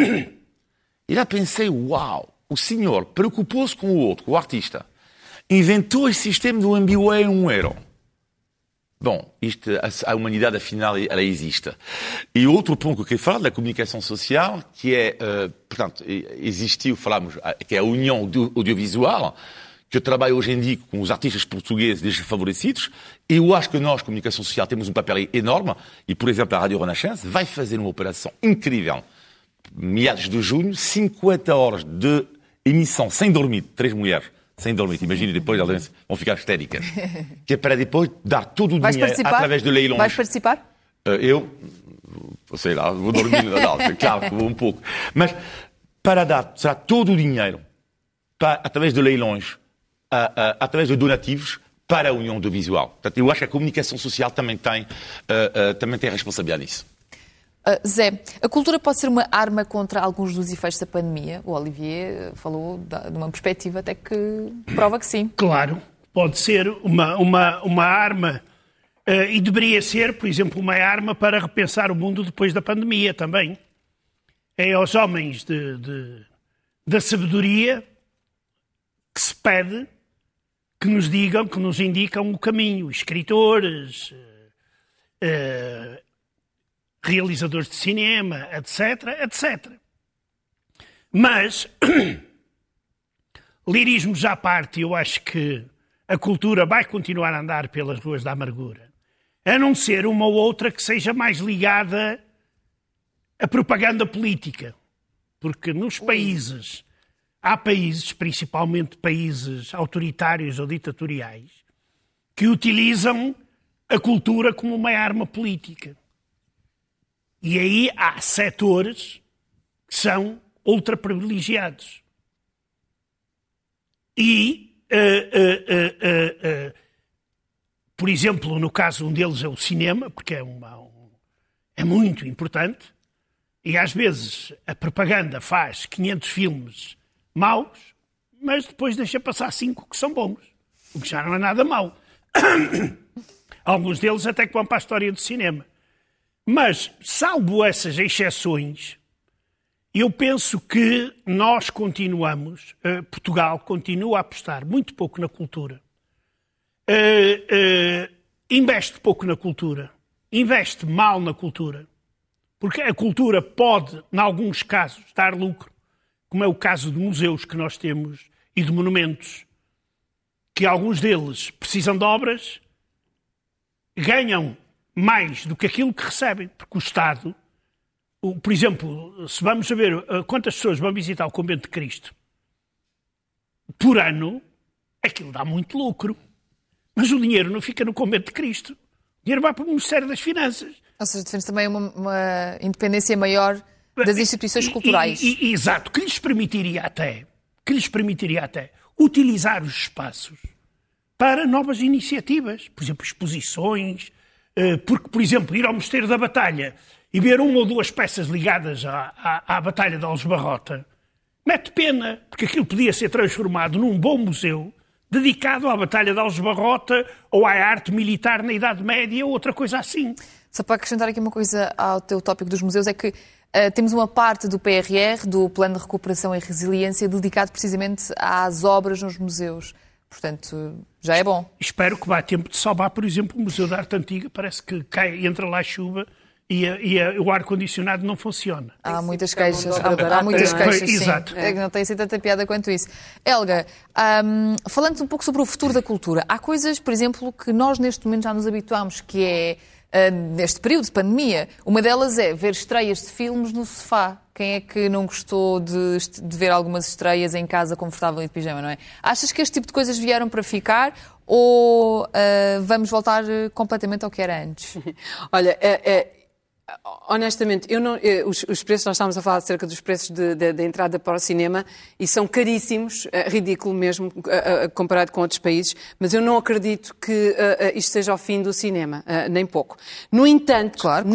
E lá pensei, uau, o senhor preocupou-se com o outro, com o artista. Inventou esse sistema do MBWay a €1. Bom, a humanidade afinal ela existe. E outro ponto que eu queria falar da comunicação social, que é, portanto, existiu, falamos, que é a união audiovisual, que eu trabalho hoje em dia com os artistas portugueses desfavorecidos, e eu acho que nós, comunicação social, temos um papel enorme, e, por exemplo, a Rádio Renascença vai fazer uma operação incrível, meados de junho, 50 horas de emissão sem dormir, 3 mulheres, sem dormir, imagine depois elas vão ficar histéricas, que é para depois dar todo o dinheiro através de leilões.
Vais participar?
Eu sei lá, vou dormir, não, claro que vou um pouco, mas para dar, será todo o dinheiro, através de leilões, através de donativos para a União Audiovisual. Portanto, eu acho que a comunicação social também tem responsabilidade nisso.
Zé, a cultura pode ser uma arma contra alguns dos efeitos da pandemia? O Olivier falou de uma perspectiva até que prova que sim.
Claro, pode ser uma arma e deveria ser, por exemplo, uma arma para repensar o mundo depois da pandemia também. É aos homens da sabedoria que se pede que nos digam, que nos indicam o caminho. Escritores, realizadores de cinema, etc, etc. Mas, lirismos à parte, eu acho que a cultura vai continuar a andar pelas ruas da amargura, a não ser uma ou outra que seja mais ligada à propaganda política. Porque nos países... Há países, principalmente países autoritários ou ditatoriais, que utilizam a cultura como uma arma política. E aí há setores que são ultraprivilegiados. E, por exemplo, no caso um deles é o cinema, porque é muito importante, e às vezes a propaganda faz 500 filmes maus, mas depois deixa passar 5 que são bons, o que já não é nada mau. Alguns deles até que vão para a história do cinema. Mas, salvo essas exceções, eu penso que nós continuamos, Portugal continua a apostar muito pouco na cultura, investe pouco na cultura, investe mal na cultura, porque a cultura pode, em alguns casos, dar lucro, como é o caso de museus que nós temos e de monumentos, que alguns deles precisam de obras, ganham mais do que aquilo que recebem, porque o Estado, por exemplo, se vamos saber quantas pessoas vão visitar o Convento de Cristo por ano, aquilo dá muito lucro. Mas o dinheiro não fica no Convento de Cristo. O dinheiro vai para o Ministério das Finanças.
Ou seja, defende também uma independência maior das instituições culturais.
Exato, que lhes permitiria até utilizar os espaços para novas iniciativas, por exemplo, exposições, porque, por exemplo, ir ao Mosteiro da Batalha e ver uma ou duas peças ligadas à Batalha de Aljubarrota, mete pena, porque aquilo podia ser transformado num bom museu dedicado à Batalha de Aljubarrota ou à arte militar na Idade Média ou outra coisa assim.
Só para acrescentar aqui uma coisa ao teu tópico dos museus, é que temos uma parte do PRR, do Plano de Recuperação e Resiliência, dedicado precisamente às obras nos museus. Portanto, já é bom.
Espero que vá tempo de salvar, por exemplo, o Museu da Arte Antiga. Parece que entra lá chuva e o ar-condicionado não funciona.
Há muitas queixas. Há muitas queixas, sim. Exato. Não tem assim tanta piada quanto isso. Helga, falando um pouco sobre o futuro da cultura, há coisas, por exemplo, que nós neste momento já nos habituámos, que é, neste período de pandemia, uma delas é ver estreias de filmes no sofá. Quem é que não gostou de ver algumas estreias em casa confortável e de pijama, não é? Achas que este tipo de coisas vieram para ficar ou vamos voltar completamente ao que era antes?
Olha, honestamente, os preços, nós estávamos a falar acerca dos preços da entrada para o cinema e são caríssimos, ridículo mesmo, comparado com outros países, mas eu não acredito que isto seja o fim do cinema, nem pouco. No entanto,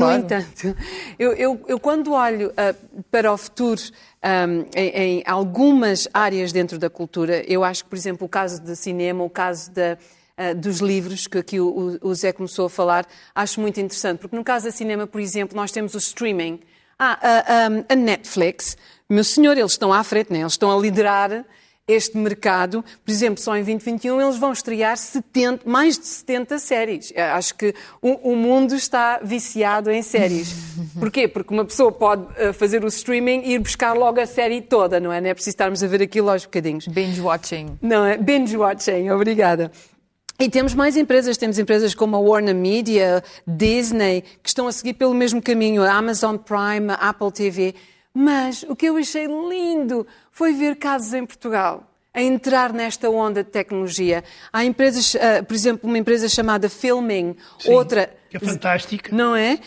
eu quando olho para o futuro em algumas áreas dentro da cultura, eu acho que, por exemplo, o caso do cinema, o caso dos livros, que aqui o Zé começou a falar, acho muito interessante, porque no caso da cinema, por exemplo, nós temos o streaming. A Netflix, meu senhor, eles estão à frente, né? Eles estão a liderar este mercado. Por exemplo, só em 2021 eles vão estrear mais de 70 séries. Acho que o mundo está viciado em séries. Porquê? Porque uma pessoa pode fazer o streaming e ir buscar logo a série toda, não é? Não é preciso estarmos a ver aquilo aos bocadinhos.
Binge watching.
Não é? Binge watching, obrigada. E temos mais empresas, temos empresas como a Warner Media, Disney, que estão a seguir pelo mesmo caminho, a Amazon Prime, a Apple TV. Mas o que eu achei lindo foi ver casos em Portugal a entrar nesta onda de tecnologia. Há empresas, por exemplo, uma empresa chamada Filming, sim, outra...
que é fantástica.
Não é?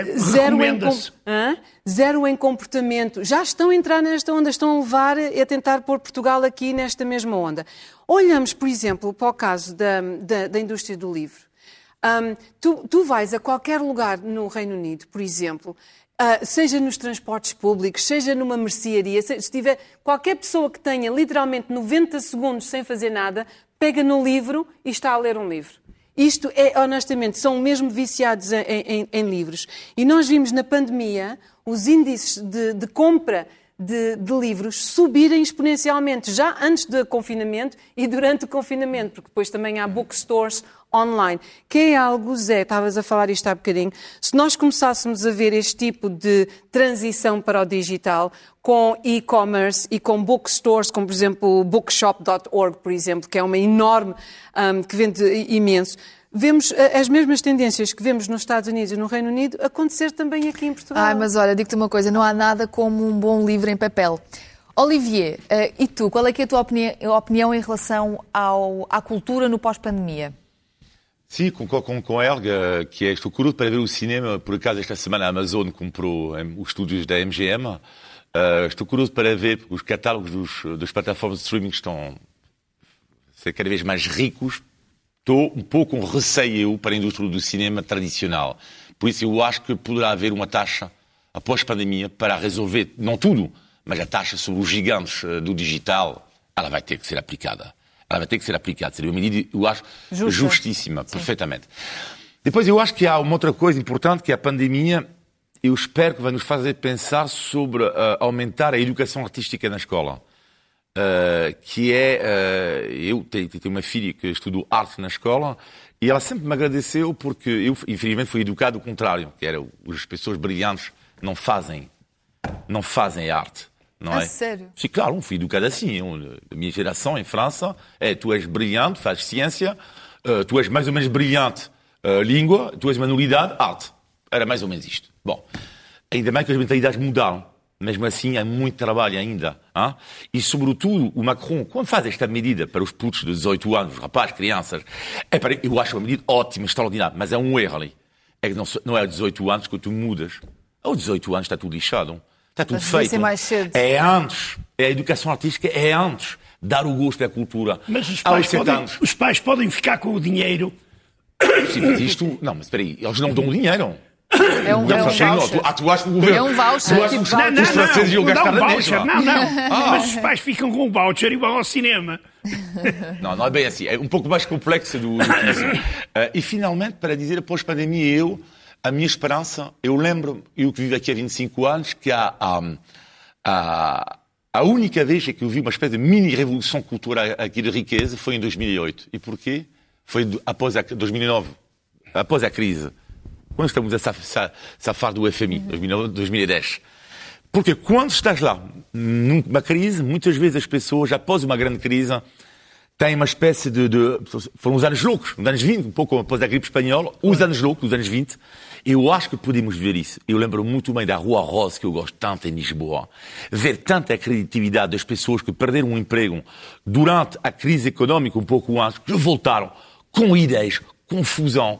Zero em comportamento. Já estão a entrar nesta onda, estão a levar a tentar pôr Portugal aqui nesta mesma onda. Olhamos, por exemplo, para o caso da indústria do livro. Tu vais a qualquer lugar no Reino Unido, por exemplo, seja nos transportes públicos, seja numa mercearia, se tiver qualquer pessoa que tenha literalmente 90 segundos sem fazer nada, pega no livro e está a ler um livro. Isto é, honestamente, são mesmo viciados em livros. E nós vimos na pandemia os índices de compra de livros subirem exponencialmente, já antes do confinamento e durante o confinamento, porque depois também há bookstores online, que é algo, Zé, estavas a falar isto há bocadinho, se nós começássemos a ver este tipo de transição para o digital, com e-commerce e com bookstores, como por exemplo o bookshop.org, por exemplo, que é uma enorme, que vende imenso, vemos as mesmas tendências que vemos nos Estados Unidos e no Reino Unido acontecer também aqui em Portugal.
Mas olha, digo-te uma coisa, não há nada como um bom livro em papel. Olivier, e tu, qual é que é a tua opinião em relação à cultura no pós-pandemia?
Sim, concordo com a Helga, que estou curioso para ver o cinema. Por acaso, esta semana a Amazon comprou os estúdios da MGM. Estou curioso para ver, porque os catálogos das plataformas de streaming estão a ser cada vez mais ricos. Estou um pouco com receio para a indústria do cinema tradicional. Por isso, eu acho que poderá haver uma taxa, após a pandemia, para resolver, não tudo, mas a taxa sobre os gigantes do digital, ela vai ter que ser aplicada. Ela vai ter que ser aplicada. Seria uma medida, eu acho, justíssima, sim, perfeitamente. Depois, eu acho que há uma outra coisa importante, que é a pandemia. Eu espero que vai nos fazer pensar sobre aumentar a educação artística na escola. Que é... eu tenho uma filha que estudou arte na escola e ela sempre me agradeceu porque eu, infelizmente, fui educado ao contrário, que era as pessoas brilhantes não fazem arte. Não é?
Sério?
Sim, claro, fui educado assim. A minha geração em França tu és brilhante, fazes ciência, tu és mais ou menos brilhante, língua, tu és uma nulidade, arte. Era mais ou menos isto. Bom, ainda mais que as mentalidades mudaram. mesmo assim há muito trabalho ainda. Hein? E, sobretudo, o Macron, quando faz esta medida para os putos de 18 anos, rapazes, crianças, eu acho uma medida ótima, extraordinária, mas é um erro ali. É que não é aos 18 anos que tu mudas. Aos 18 anos está tudo lixado. Está tudo feito.
Mais cedo.
É antes. É a educação artística, é antes. Dar o gosto da cultura.
Mas os pais podem ficar com o dinheiro.
Sim, mas isto... Não, mas espera aí. Eles não dão o dinheiro.
É um voucher.
Tu achas que o governo...
É um voucher.
Os franceses iam gastar na mesma.
Não. Mas os pais ficam com o voucher e vão ao cinema.
Não é bem assim. É um pouco mais complexo do que isso. E, finalmente, para dizer, após a pandemia, a minha esperança... Eu lembro, eu que vivo aqui há 25 anos, que a única vez que eu vi uma espécie de mini-revolução cultural aqui de riqueza foi em 2008. E porquê? Foi após 2009, após a crise. Quando estamos a safar do FMI, 2010. Porque quando estás lá, numa crise, muitas vezes as pessoas, após uma grande crise, têm uma espécie de... Foram os anos loucos, os anos 20, um pouco após a gripe espanhola, os anos loucos, os anos 20. Eu acho que podemos ver isso. Eu lembro muito bem da Rua Rosa, que eu gosto tanto em Lisboa. Ver tanta criatividade das pessoas que perderam um emprego durante a crise económica, um pouco antes, que voltaram com ideias, confusão,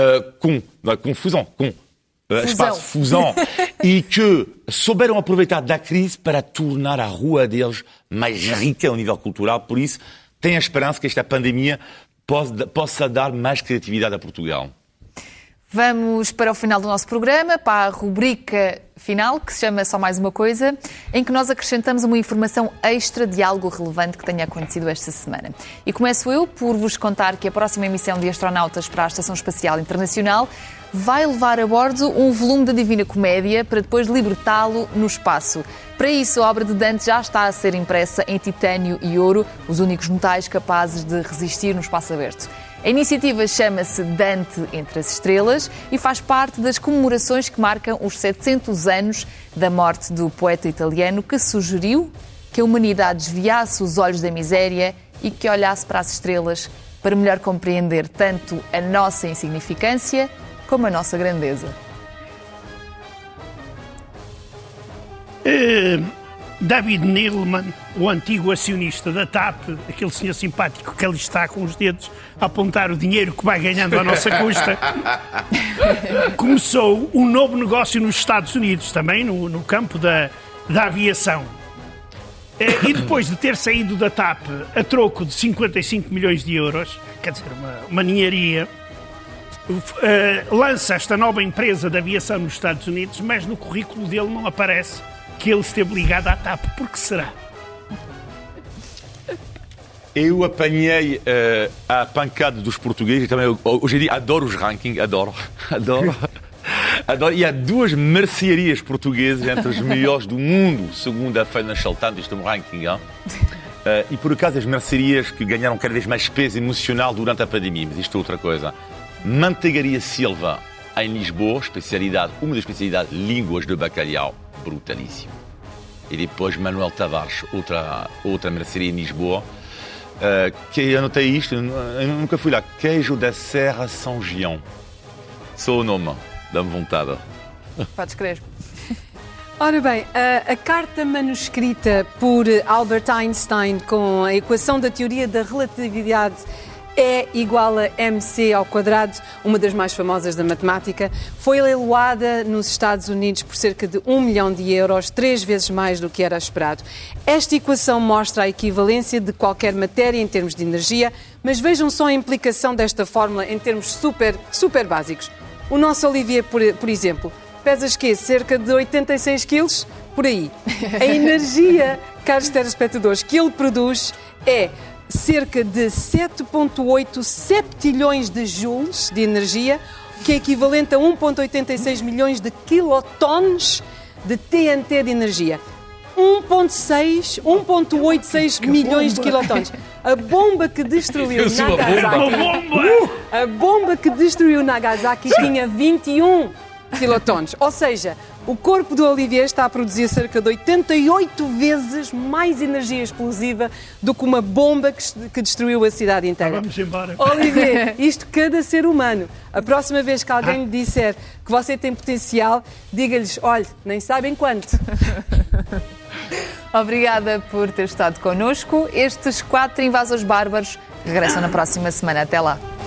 espaço fusão, e que souberam aproveitar da crise para tornar a rua deles mais rica ao nível cultural. Por isso, tenho a esperança que esta pandemia possa dar mais criatividade a Portugal.
Vamos para o final do nosso programa, para a rubrica final, que se chama Só Mais Uma Coisa, em que nós acrescentamos uma informação extra de algo relevante que tenha acontecido esta semana. E começo eu por vos contar que a próxima emissão de astronautas para a Estação Espacial Internacional vai levar a bordo um volume da Divina Comédia para depois libertá-lo no espaço. Para isso, a obra de Dante já está a ser impressa em titânio e ouro, os únicos metais capazes de resistir no espaço aberto. A iniciativa chama-se Dante entre as Estrelas e faz parte das comemorações que marcam os 700 anos da morte do poeta italiano que sugeriu que a humanidade desviasse os olhos da miséria e que olhasse para as estrelas para melhor compreender tanto a nossa insignificância como a nossa grandeza.
David Neeleman, o antigo acionista da TAP, aquele senhor simpático que ali está com os dedos a apontar o dinheiro que vai ganhando à nossa custa, começou um novo negócio nos Estados Unidos, também no campo da aviação. E depois de ter saído da TAP a troco de 55 milhões de euros, quer dizer, uma ninharia, lança esta nova empresa de aviação nos Estados Unidos, mas no currículo dele não aparece que ele esteve ligado à TAP. Por que será?
Eu apanhei a pancada dos portugueses, também hoje em dia adoro os rankings, adoro. E há duas mercearias portuguesas entre os melhores do mundo, segundo a Financial Times, isto é um ranking. E por acaso as mercearias que ganharam cada vez mais peso emocional durante a pandemia, mas isto é outra coisa. Manteigaria Silva, em Lisboa, uma das especialidades, línguas de bacalhau, brutalíssimo. E depois Manuel Tavares, outra mercearia em Lisboa, que eu anotei isto, eu nunca fui lá, Queijo da Serra São Gião. Só o nome, dá-me vontade.
Podes crer.
Ora bem, a carta manuscrita por Albert Einstein com a equação da teoria da relatividade E igual a mc ao quadrado, uma das mais famosas da matemática, foi leiloada nos Estados Unidos por cerca de 1 milhão de euros, 3 vezes mais do que era esperado. Esta equação mostra a equivalência de qualquer matéria em termos de energia, mas vejam só a implicação desta fórmula em termos super básicos. O nosso Olivier, por exemplo, pesas quê? Cerca de 86 quilos? Por aí. A energia, caros telespectadores, que ele produz é cerca de 7,8 septilhões de joules de energia, que é equivalente a 1,86 milhões de quilotons de TNT de energia. 1,86 milhões de quilotons. A bomba que destruiu Nagasaki. A bomba que destruiu Nagasaki tinha 21 kilotons. Ou seja, o corpo do Olivier está a produzir cerca de 88 vezes mais energia explosiva do que uma bomba que destruiu a cidade inteira.
Vamos embora.
Olivier, isto cada ser humano. A próxima vez que alguém lhe disser que você tem potencial, diga-lhes, olhe, nem sabem quanto.
Obrigada por ter estado connosco. Estes 4 invasores bárbaros regressam na próxima semana. Até lá.